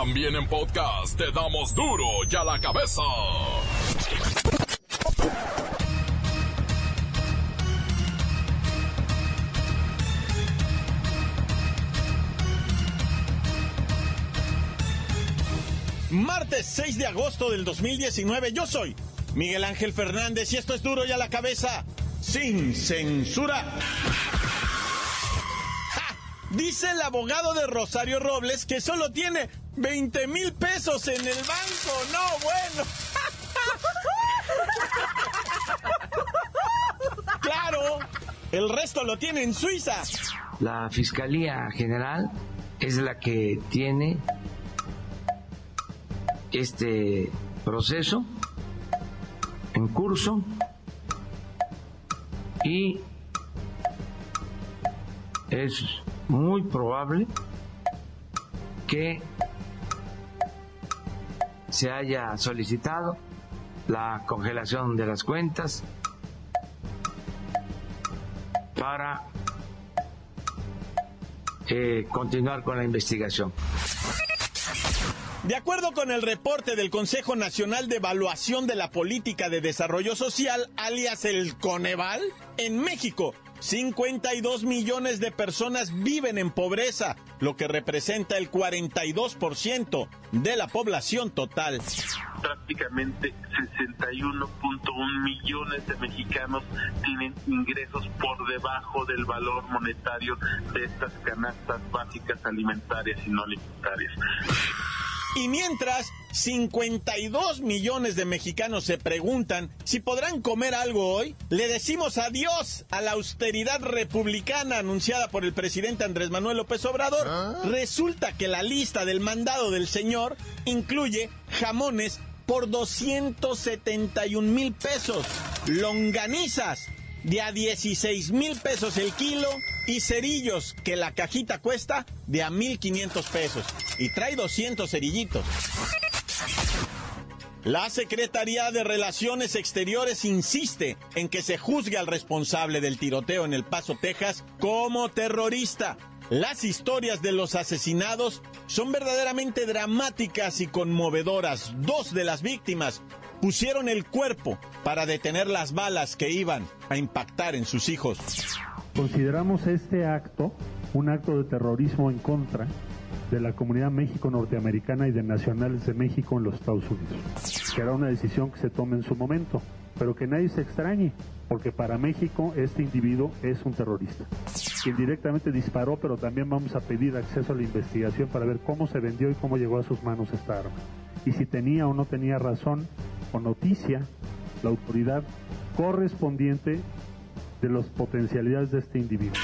También en podcast te damos duro y a la cabeza. Martes 6 de agosto del 2019, yo soy Miguel Ángel Fernández y esto es Duro y a la Cabeza, sin censura. ¡Ja! Dice el abogado de Rosario Robles que solo tiene 20,000 pesos en el banco. No, bueno. Claro, el resto lo tiene en Suiza. La Fiscalía General es la que tiene este proceso en curso y es muy probable que se haya solicitado la congelación de las cuentas para continuar con la investigación. De acuerdo con el reporte del Consejo Nacional de Evaluación de la Política de Desarrollo Social, alias el Coneval, en México, 52 millones de personas viven en pobreza, lo que representa el 42% de la población total. Prácticamente 61.1 millones de mexicanos tienen ingresos por debajo del valor monetario de estas canastas básicas alimentarias y no alimentarias. Y mientras, 52 millones de mexicanos se preguntan si podrán comer algo hoy, le decimos adiós a la austeridad republicana anunciada por el presidente Andrés Manuel López Obrador. Resulta que la lista del mandado del señor incluye jamones por 271,000 pesos, longanizas de a 16,000 pesos el kilo y cerillos que la cajita cuesta de a 1,500 pesos y trae 200 cerillitos. La Secretaría de Relaciones Exteriores insiste en que se juzgue al responsable del tiroteo en El Paso, Texas, como terrorista. Las historias de los asesinados son verdaderamente dramáticas y conmovedoras. 2 de las víctimas pusieron el cuerpo para detener las balas que iban a impactar en sus hijos. Consideramos este acto un acto de terrorismo en contra de la comunidad México-norteamericana y de nacionales de México en los Estados Unidos. Que era una decisión que se tome en su momento, pero que nadie se extrañe, porque para México este individuo es un terrorista, quien directamente disparó, pero también vamos a pedir acceso a la investigación para ver cómo se vendió y cómo llegó a sus manos esta arma. Y si tenía o no tenía razón o noticia la autoridad correspondiente de las potencialidades de este individuo.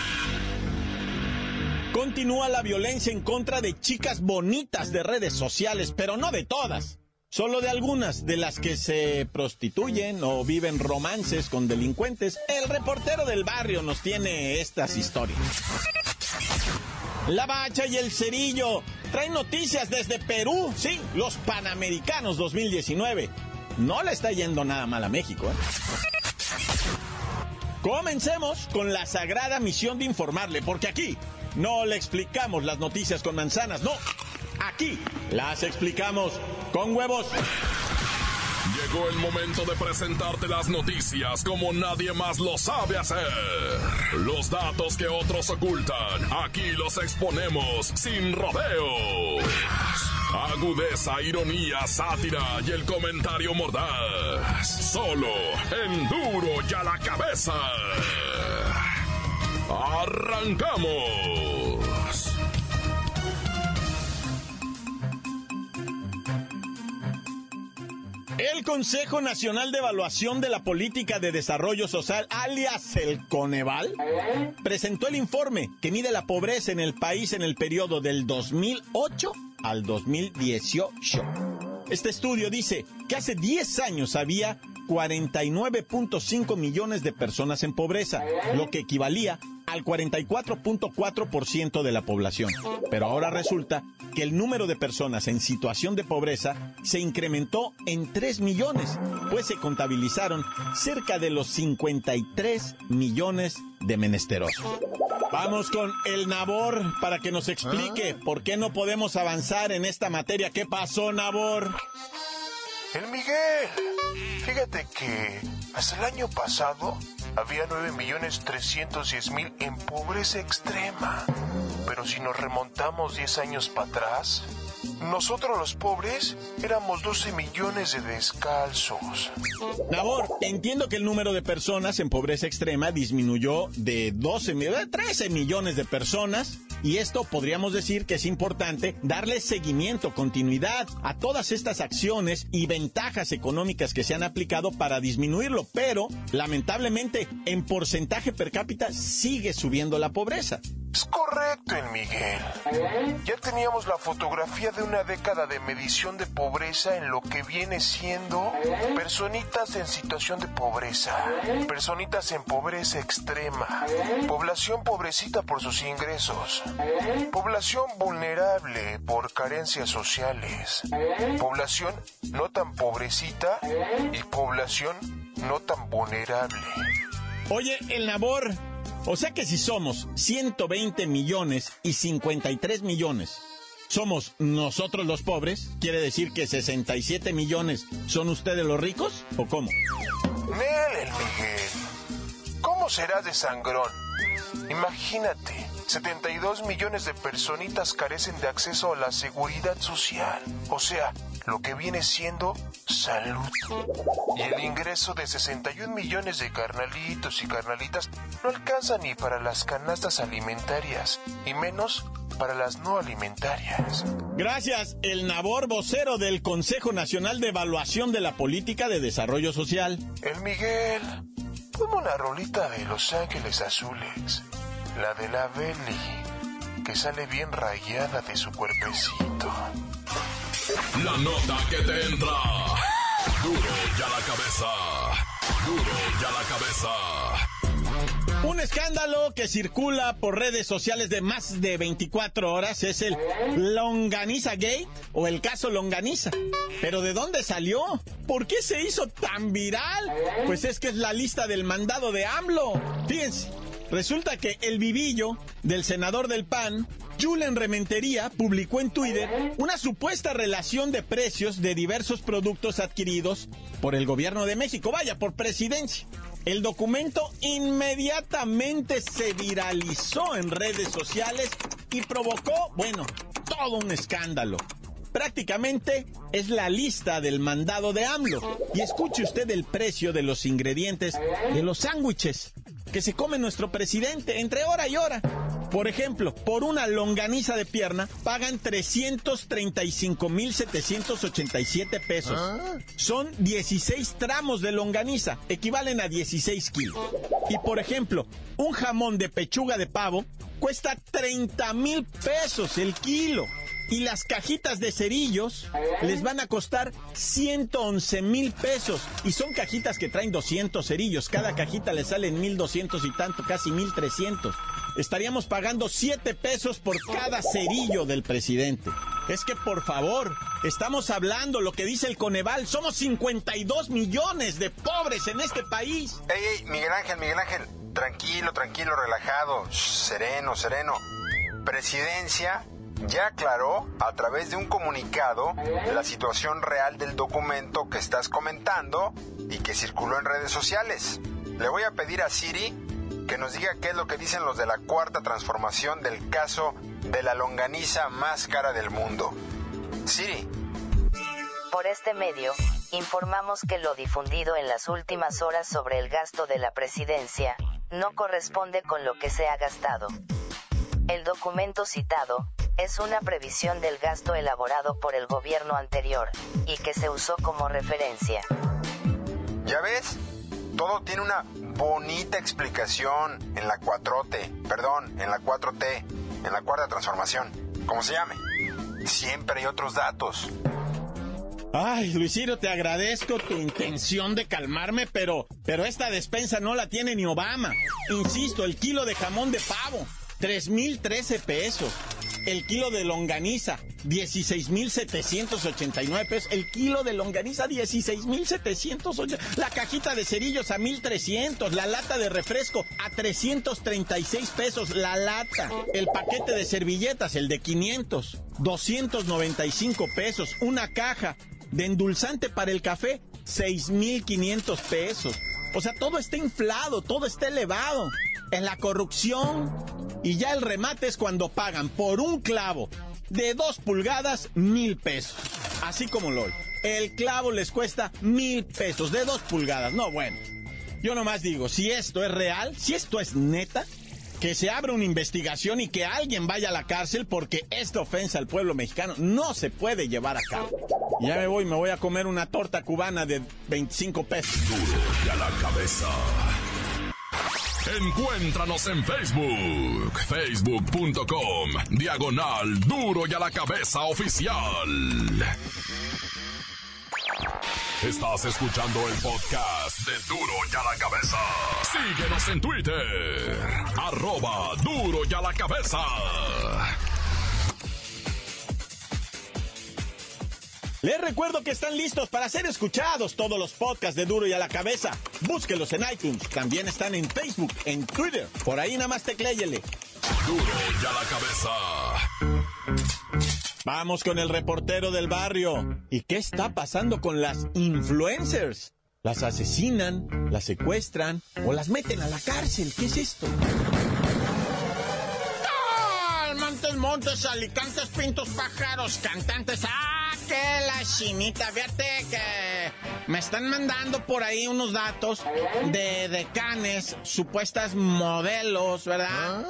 Continúa la violencia en contra de chicas bonitas de redes sociales, pero no de todas. Solo de algunas de las que se prostituyen o viven romances con delincuentes. El reportero del barrio nos tiene estas historias. La Bacha y el Cerillo traen noticias desde Perú. Sí, los Panamericanos 2019. No le está yendo nada mal a México, ¿eh? Comencemos con la sagrada misión de informarle, porque aquí no le explicamos las noticias con manzanas, no. Aquí las explicamos con huevos. Llegó el momento de presentarte las noticias como nadie más lo sabe hacer. Los datos que otros ocultan, aquí los exponemos sin rodeos. Agudeza, ironía, sátira y el comentario mordaz. Solo en Duro y a la Cabeza. ¡Arrancamos! El Consejo Nacional de Evaluación de la Política de Desarrollo Social, alias el Coneval, presentó el informe que mide la pobreza en el país en el periodo del 2008 al 2018. Este estudio dice que hace 10 años había 49.5 millones de personas en pobreza, lo que equivalía al 44.4% de la población. Pero ahora resulta que el número de personas en situación de pobreza se incrementó en 3 millones, pues se contabilizaron cerca de los 53 millones de menesterosos. Vamos con el Nabor para que nos explique por qué no podemos avanzar en esta materia. ¿Qué pasó, Nabor? El Miguel, fíjate que hasta el año pasado había 9.310.000 en pobreza extrema. Pero si nos remontamos 10 años para atrás, nosotros los pobres éramos 12 millones de descalzos. Nabor, entiendo que el número de personas en pobreza extrema disminuyó de 13 millones de personas. Y esto podríamos decir que es importante darle seguimiento, continuidad a todas estas acciones y ventajas económicas que se han aplicado para disminuirlo. Pero, lamentablemente, en porcentaje per cápita sigue subiendo la pobreza. Es correcto, el Miguel. Ya teníamos la fotografía de una década de medición de pobreza en lo que viene siendo personitas en situación de pobreza, personitas en pobreza extrema, población pobrecita por sus ingresos, población vulnerable por carencias sociales, población no tan pobrecita y población no tan vulnerable. Oye, el Nabor, o sea que si somos 120 millones y 53 millones, ¿somos nosotros los pobres? ¿Quiere decir que 67 millones son ustedes los ricos? ¿O cómo? Nel, el Miguel, ¿cómo serás de sangrón? Imagínate, 72 millones de personitas carecen de acceso a la seguridad social, o sea, lo que viene siendo salud. Y el ingreso de 61 millones de carnalitos y carnalitas no alcanza ni para las canastas alimentarias, y menos para las no alimentarias. Gracias, el Nabor, vocero del Consejo Nacional de Evaluación de la Política de Desarrollo Social. El Miguel, ponme una rolita de Los Ángeles Azules, la de la Belly, que sale bien rayada de su cuerpecito. La nota que te entra. Duro ya la cabeza. Duro ya la cabeza. Un escándalo que circula por redes sociales de más de 24 horas es el Longaniza Gate o el caso Longaniza. ¿Pero de dónde salió? ¿Por qué se hizo tan viral? Pues es que es la lista del mandado de AMLO. Fíjense, resulta que el vivillo del senador del PAN, Julen Rementería, publicó en Twitter una supuesta relación de precios de diversos productos adquiridos por el gobierno de México, vaya, por presidencia. El documento inmediatamente se viralizó en redes sociales y provocó, bueno, todo un escándalo. Prácticamente es la lista del mandado de AMLO. Y escuche usted el precio de los ingredientes de los sándwiches que se come nuestro presidente entre hora y hora. Por ejemplo, por una longaniza de pierna pagan 335,787 pesos. Son 16 tramos de longaniza, equivalen a 16 kilos. Y por ejemplo, un jamón de pechuga de pavo cuesta 30,000 pesos el kilo. Y las cajitas de cerillos les van a costar 111,000 pesos. Y son cajitas que traen 200 cerillos. Cada cajita le sale en 1,200 y tanto, casi 1,300. Estaríamos pagando 7 pesos por cada cerillo del presidente. Es que, por favor, estamos hablando lo que dice el Coneval. Somos 52 millones de pobres en este país. Ey, Miguel Ángel, tranquilo, relajado, sereno. Presidencia ya aclaró a través de un comunicado la situación real del documento que estás comentando y que circuló en redes sociales. Le voy a pedir a Siri que nos diga qué es lo que dicen los de la Cuarta Transformación del caso de la longaniza más cara del mundo. Siri. Por este medio, informamos que lo difundido en las últimas horas sobre el gasto de la presidencia no corresponde con lo que se ha gastado. El documento citado es una previsión del gasto elaborado por el gobierno anterior, y que se usó como referencia. ¿Ya ves? Todo tiene una bonita explicación en la 4T, en la 4T, en la Cuarta Transformación, como se llame. Siempre hay otros datos. Ay, Luisito, te agradezco tu intención de calmarme, pero esta despensa no la tiene ni Obama. Insisto, el kilo de jamón de pavo, 3,013 pesos. El kilo de longaniza, 16,789 pesos. El kilo de longaniza, 16,780. La cajita de cerillos a 1,300. La lata de refresco a 336 pesos. La lata. El paquete de servilletas, el de 500, 295 pesos. Una caja de endulzante para el café, 6,500 pesos. O sea, todo está inflado, todo está elevado. En la corrupción. Y ya el remate es cuando pagan por un clavo de 2 pulgadas, 1,000 pesos. Así como lo oyen. El clavo les cuesta 1,000 pesos de 2 pulgadas. No, bueno. Yo nomás digo, si esto es real, si esto es neta, que se abra una investigación y que alguien vaya a la cárcel, porque esta ofensa al pueblo mexicano no se puede llevar a cabo. Ya me voy a comer una torta cubana de 25 pesos. Duro y a la cabeza. Encuéntranos en Facebook, facebook.com/Duro y a la Cabeza Oficial. Estás escuchando el podcast de Duro y a la Cabeza. Síguenos en Twitter, @Duro y a la Cabeza. Les recuerdo que están listos para ser escuchados todos los podcasts de Duro y a la Cabeza. Búsquelos en iTunes. También están en Facebook, en Twitter. Por ahí nada más tecléyele. Duro y a la Cabeza. Vamos con el reportero del barrio. ¿Y qué está pasando con las influencers? ¿Las asesinan, las secuestran o las meten a la cárcel? ¿Qué es esto? Montes, alicantes, pintos, pájaros, cantantes. ¡Ah, que la chinita! Fíjate que me están mandando por ahí unos datos de decanes, supuestas modelos, ¿verdad?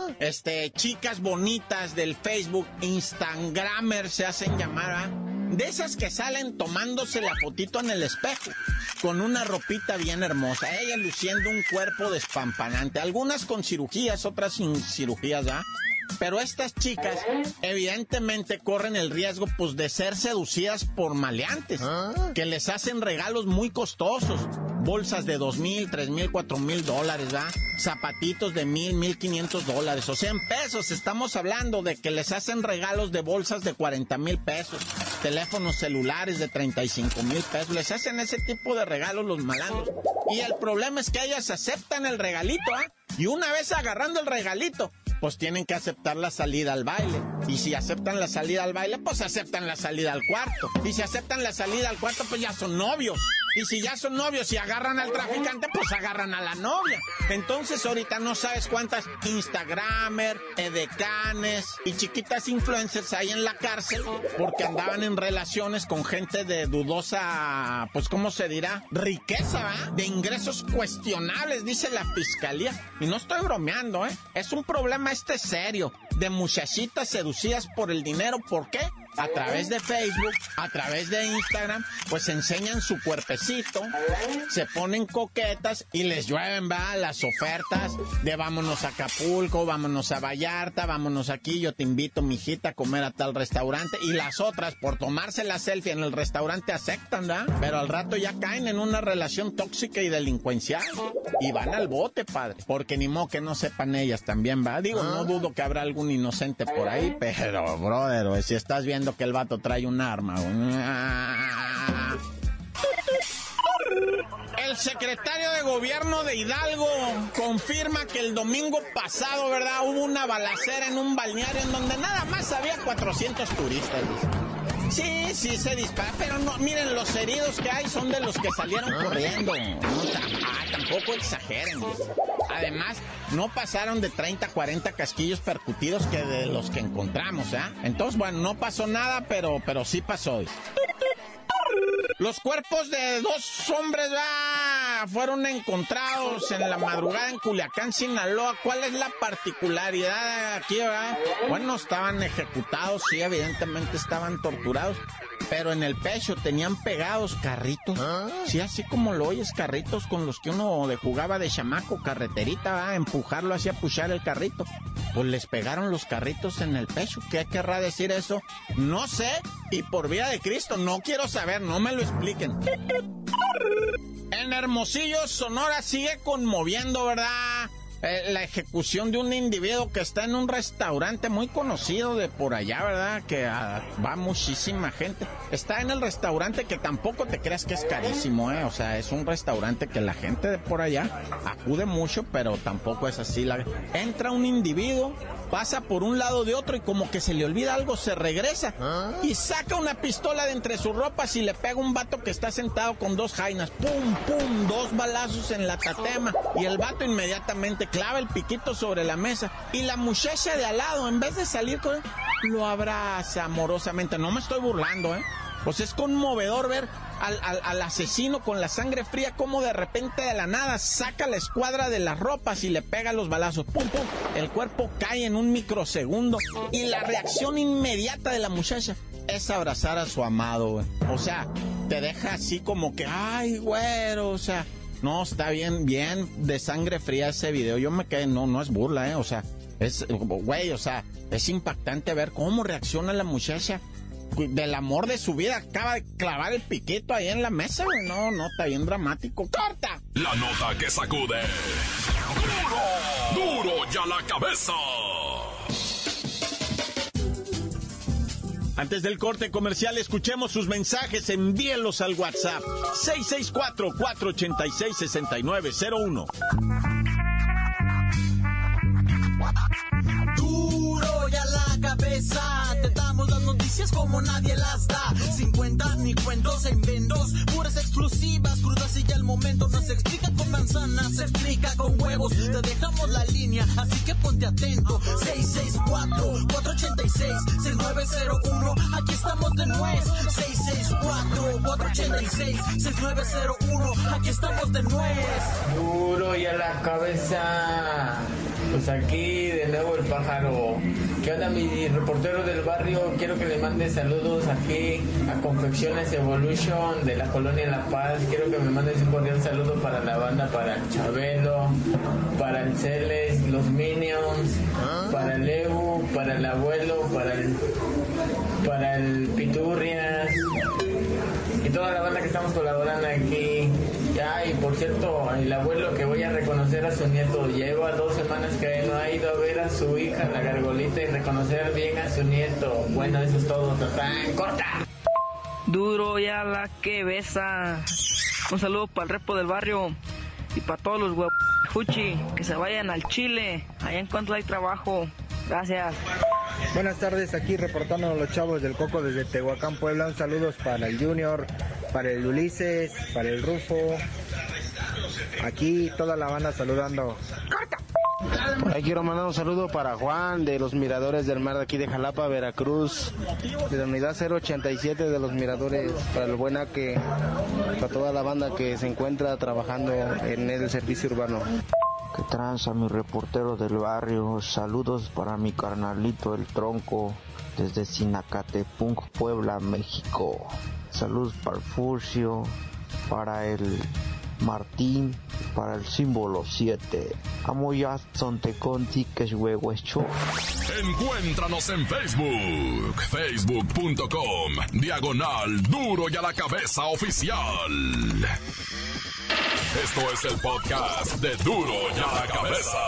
Chicas bonitas del Facebook, Instagramers se hacen llamar, ¿verdad? De esas que salen tomándose la fotito en el espejo, con una ropita bien hermosa, ella luciendo un cuerpo despampanante, algunas con cirugías, otras sin cirugías, ¿verdad? Pero estas chicas evidentemente corren el riesgo pues de ser seducidas por maleantes que les hacen regalos muy costosos, bolsas de $2,000, $3,000, $4,000, ¿verdad? Zapatitos de $1,000, $1,500, o sea, en pesos estamos hablando de que les hacen regalos de bolsas de $40,000 pesos, teléfonos celulares de $35,000 pesos, les hacen ese tipo de regalos los malandros. Y el problema es que ellas aceptan el regalito, y una vez agarrando el regalito, pues tienen que aceptar la salida al baile. Y si aceptan la salida al baile, pues aceptan la salida al cuarto. Y si aceptan la salida al cuarto, pues ya son novios. Y si ya son novios y agarran al traficante, pues agarran a la novia. Entonces ahorita no sabes cuántas Instagramer, edecanes y chiquitas influencers hay en la cárcel porque andaban en relaciones con gente de dudosa, pues ¿cómo se dirá? Riqueza, ¿va? De ingresos cuestionables, dice la fiscalía. Y no estoy bromeando, Es un problema serio, de muchachitas seducidas por el dinero. ¿Por qué? A través de Facebook, a través de Instagram, pues enseñan su cuerpecito, se ponen coquetas y les llueven, va, las ofertas de vámonos a Acapulco, vámonos a Vallarta, vámonos aquí, yo te invito, mijita, a comer a tal restaurante. Y las otras, por tomarse la selfie en el restaurante, aceptan, ¿verdad? Pero al rato ya caen en una relación tóxica y delincuencial y van al bote, padre, porque ni modo que no sepan ellas también, va. Digo, no dudo que habrá algún inocente por ahí, pero, brother, si estás viendo que el vato trae un arma. El secretario de gobierno de Hidalgo confirma que el domingo pasado, ¿verdad?, hubo una balacera en un balneario en donde nada más había 400 turistas. Sí, se dispara, pero no, miren, los heridos que hay son de los que salieron corriendo. Tampoco exageren. Además, no pasaron de 30 a 40 casquillos percutidos que de los que encontramos, Entonces, bueno, no pasó nada, pero sí pasó. Los cuerpos de 2 hombres fueron encontrados en la madrugada en Culiacán, Sinaloa. ¿Cuál es la particularidad aquí, verdad? Bueno, estaban ejecutados, sí, evidentemente estaban torturados, pero en el pecho tenían pegados carritos. Sí, así como lo oyes, carritos con los que uno jugaba de chamaco, carreterita, empujarlo hacia pushar el carrito. Pues les pegaron los carritos en el pecho. ¿Qué querrá decir eso? No sé, y por vida de Cristo, no quiero saber, no me lo expliquen. En Hermosillo, Sonora, sigue conmoviendo, ¿verdad?, la ejecución de un individuo que está en un restaurante muy conocido de por allá, ¿verdad? Que va muchísima gente. Está en el restaurante que tampoco te creas que es carísimo, ¿eh? O sea, es un restaurante que la gente de por allá acude mucho, pero tampoco es así. Entra un individuo, pasa por un lado de otro y como que se le olvida algo, se regresa y saca una pistola de entre sus ropas y le pega a un vato que está sentado con 2 jainas. ¡Pum, pum! 2 balazos en la tatema. Y el vato inmediatamente clava el piquito sobre la mesa. Y la muchacha de al lado, en vez de salir con él, lo abraza amorosamente. No me estoy burlando, ¿eh? Pues es conmovedor ver al asesino con la sangre fría como de repente de la nada saca la escuadra de las ropas y le pega los balazos. ¡Pum, pum! El cuerpo cae en un microsegundo y la reacción inmediata de la muchacha es abrazar a su amado, güey. O sea, te deja así como que, ay, güero, o sea, no, está bien de sangre fría ese video. Yo me quedé, no es burla, o sea, güey, o sea, es impactante ver cómo reacciona la muchacha. Del amor de su vida, acaba de clavar el piquito ahí en la mesa, güey. No, está bien dramático. ¡Corta! La nota que sacude. ¡Duro ya la cabeza! Antes del corte comercial, escuchemos sus mensajes, envíenlos al WhatsApp 664-486-6901. Duro ya la cabeza, te damos las noticias como nadie las da. Sin cuentas ni cuentos en vendos, puras exclusivas, crudas y ya el momento. No se explica con manzanas, se explica con huevos. Te dejamos la línea, así que ponte atento. 664-486-6901, aquí estamos de nuez. 664-486-6901, aquí estamos de nuez. Duro y a la cabeza. Pues aquí de nuevo el pájaro. ¿Qué onda, mi reportero del barrio? Quiero que le mande saludos aquí a Confecciones Evolution de la Colonia La Paz. Quiero que me mandes un cordial saludo para la banda, para el Chabelo, para el Celes, los Minions, para el Ebu, para el abuelo, para el Piturrias y toda la banda que estamos colaborando aquí. Ya, y por cierto, el abuelo que voy a reconocer a su nieto, lleva 2 semanas que no ha ido a ver a su hija, la Gargolita, y reconocer bien a su nieto. Bueno, eso es todo, Tatán. ¡Corta! Duro ya la que besa. Un saludo para el repo del barrio y para todos los huevuchi que se vayan al Chile, allá en cuanto hay trabajo. Gracias. Buenas tardes, aquí reportando los chavos del Coco desde Tehuacán, Puebla. Un saludos para el Junior, para el Ulises, para el Rufo. Aquí toda la banda saludando. Ahí quiero mandar un saludo para Juan de los Miradores del Mar de aquí de Jalapa, Veracruz, de la unidad 087 de los Miradores, para el Buenaque, para toda la banda que se encuentra trabajando en el servicio urbano. ¿Qué tranza, mi reportero del barrio? Saludos para mi carnalito el Tronco desde Sinacatepunk, Puebla, México. Saludos para el Furcio, para el Martín, para el símbolo 7. Amo ya Sonteconti, que es huevo hecho. Encuéntranos en Facebook, facebook.com/Duro y a la Cabeza Oficial. Esto es el podcast de Duro y a la Cabeza.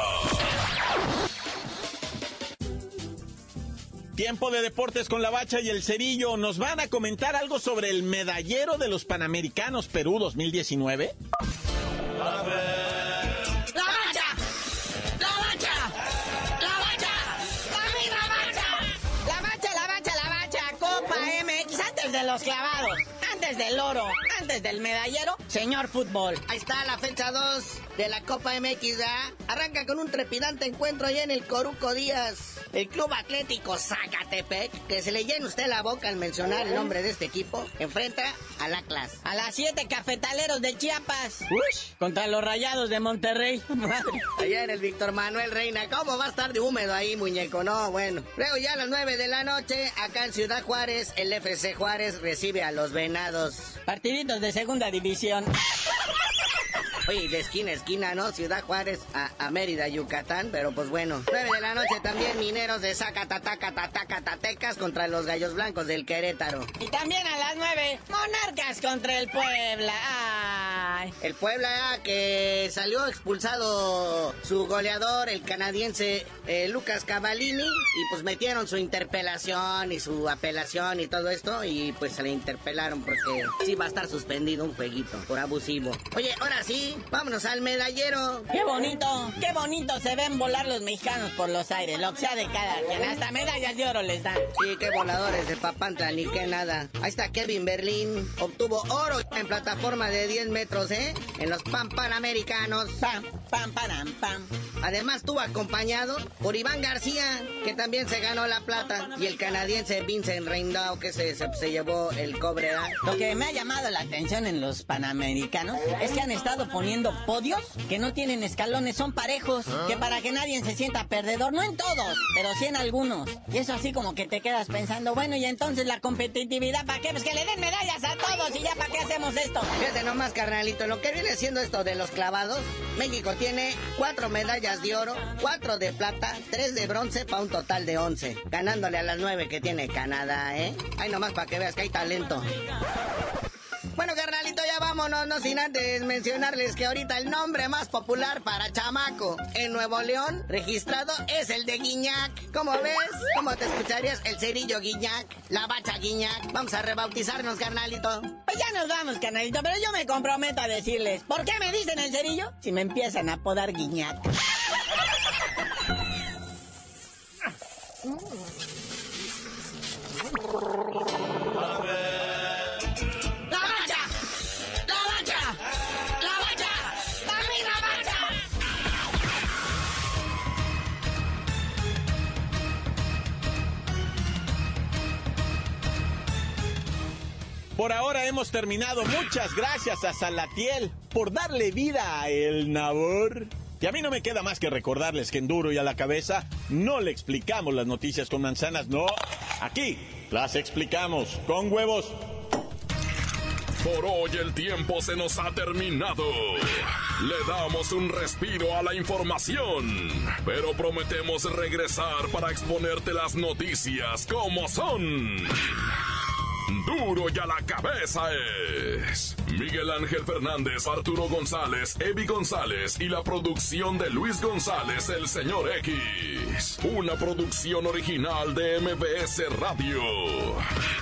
Tiempo de deportes con la Bacha y el Cerillo. ¿Nos van a comentar algo sobre el medallero de los Panamericanos Perú 2019? ¡La Bacha! ¡La Bacha! ¡La Bacha! ¡La Bacha! ¡La Bacha, la Bacha, la Bacha! Copa MX antes de los clavados, antes del oro, antes del medallero, señor fútbol. Ahí está la fecha 2 de la Copa MX, ¿verdad? Arranca con un trepidante encuentro allá en el Coruco Díaz. El Club Atlético Zacatepec, que se le llena usted la boca al mencionar el nombre de este equipo, enfrenta al Atlas. A las 7 Cafetaleros de Chiapas. Contra los Rayados de Monterrey. Allá en el Víctor Manuel Reina. ¿Cómo va a estar de húmedo ahí, muñeco? No, bueno. Luego ya a las 9 de la noche, acá en Ciudad Juárez, el FC Juárez recibe a los Venados. Partiditos de segunda división. Oye, de esquina a esquina, ¿no? Ciudad Juárez a Mérida, Yucatán, pero pues bueno. 9 de la noche también Mineros de Zacatecas contra los Gallos Blancos del Querétaro. Y también a las 9, Monarcas contra el Puebla. caray. El Puebla que salió expulsado su goleador, el canadiense Lucas Cavallini, y pues metieron su interpelación y su apelación y todo esto, y pues se le interpelaron porque sí va a estar suspendido un jueguito por abusivo. Oye, ahora sí, vámonos al medallero. Qué bonito se ven volar los mexicanos por los aires, lo que sea de cada quien, hasta medallas de oro les dan. Sí, qué voladores de Papantla, ni qué nada. Ahí está Kevin Berlín, obtuvo oro en plataforma de 10 metros, en los Panamericanos. Pam, pam, pam, pam. Además estuvo acompañado por Iván García, que también se ganó la plata, y el canadiense Vincent Reindao, que se llevó el cobre. Lo que me ha llamado la atención en los Panamericanos es que han estado poniendo podios que no tienen escalones, son parejos, que para que nadie se sienta perdedor, no en todos, pero sí en algunos. Y eso así como que te quedas pensando, bueno, y entonces la competitividad, ¿para qué? Pues que le den medallas a todos y ya ¿para qué hacemos esto? Fíjate nomás, carnalito, lo que viene siendo esto de los clavados, México tiene 4 medallas de oro, 4 de plata, 3 de bronce, para un total de 11, ganándole a las 9 que tiene Canadá, Ahí nomás para que veas que hay talento. Bueno, carnalito, ya vámonos, no sin antes mencionarles que ahorita el nombre más popular para chamaco en Nuevo León registrado es el de Guiñac. ¿Cómo ves? ¿Cómo te escucharías? El cerillo Guiñac, la bacha Guiñac. Vamos a rebautizarnos, carnalito. Pues ya nos vamos, carnalito, pero yo me comprometo a decirles, ¿por qué me dicen el cerillo? Si me empiezan a apodar Guiñac. Por ahora hemos terminado. Muchas gracias a Salatiel por darle vida a El Nabor. Y a mí no me queda más que recordarles que en Duro y a la Cabeza no le explicamos las noticias con manzanas, no. Aquí las explicamos con huevos. Por hoy el tiempo se nos ha terminado. Le damos un respiro a la información, pero prometemos regresar para exponerte las noticias como son. Duro y a la Cabeza es Miguel Ángel Fernández, Arturo González, Evi González y la producción de Luis González, el Señor X. Una producción original de MBS Radio.